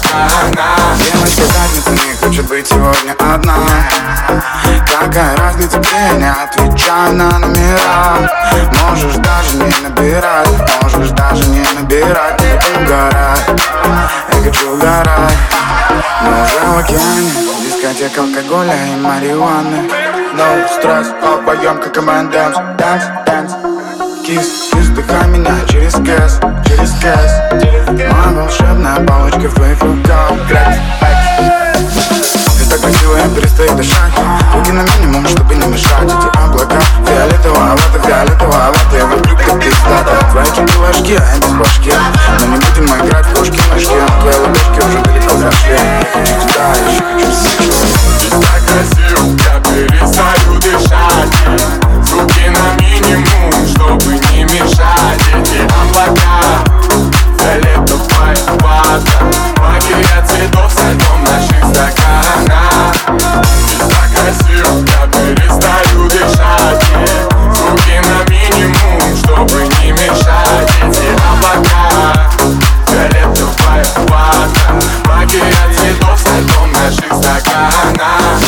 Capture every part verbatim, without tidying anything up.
она. Девочка задница не хочет быть сегодня одна. Какая разница, где, не отвечай на номера. Можешь даже не набирать, можешь даже не набирать. Не угорай, я хочу угорать. Мы уже в океане, дискотека алкоголя и марихуаны. No стресс, обоем как эм энд эмс. Dance, dance. Кис, кис, вдыхай меня через кэс, через кэс. Моя волшебная палочка в твоих руках. Грэкс, бэкс. Ты так красиво, я перестаю дышать. Руки на минимум, чтобы не мешать. Эти облака фиолетового-лата, фиолетового-лата. Я вокруг как пиздата. Твои чуки ложки, а я без башки. Но не будем мы играть в кошки-мышки. Твои ладошки уже далеко зашли. Я хочу туда, еще хочу сечь. Здесь так красиво, я перестаю дышать. Звуки на минимум, чтобы не мешать. Эти облака фиолетового-лата. Магия цветов со льдом наших стаканах. Здесь так красиво, я перестаю дышать. Звуки на минимум, чтобы не мешать. Эти облака фиолетового-лата. Магия цветов со льдом наших стаканах.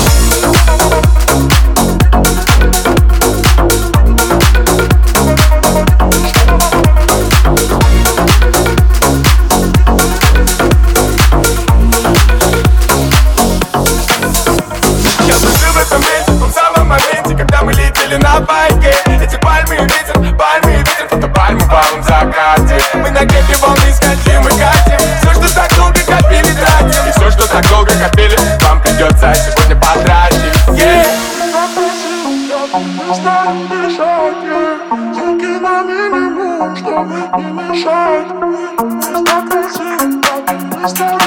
Когда мы летели на байке, эти пальмы и ветер, пальмы и ветер, фото пальмы в полном закате. Мы на гребне волны скачем и катим. Все, что так долго копили, тратим. И все, что так долго копили, вам придется сегодня потратить. Yeah! Звуки на минимум, чтобы не мешать. Так красиво, так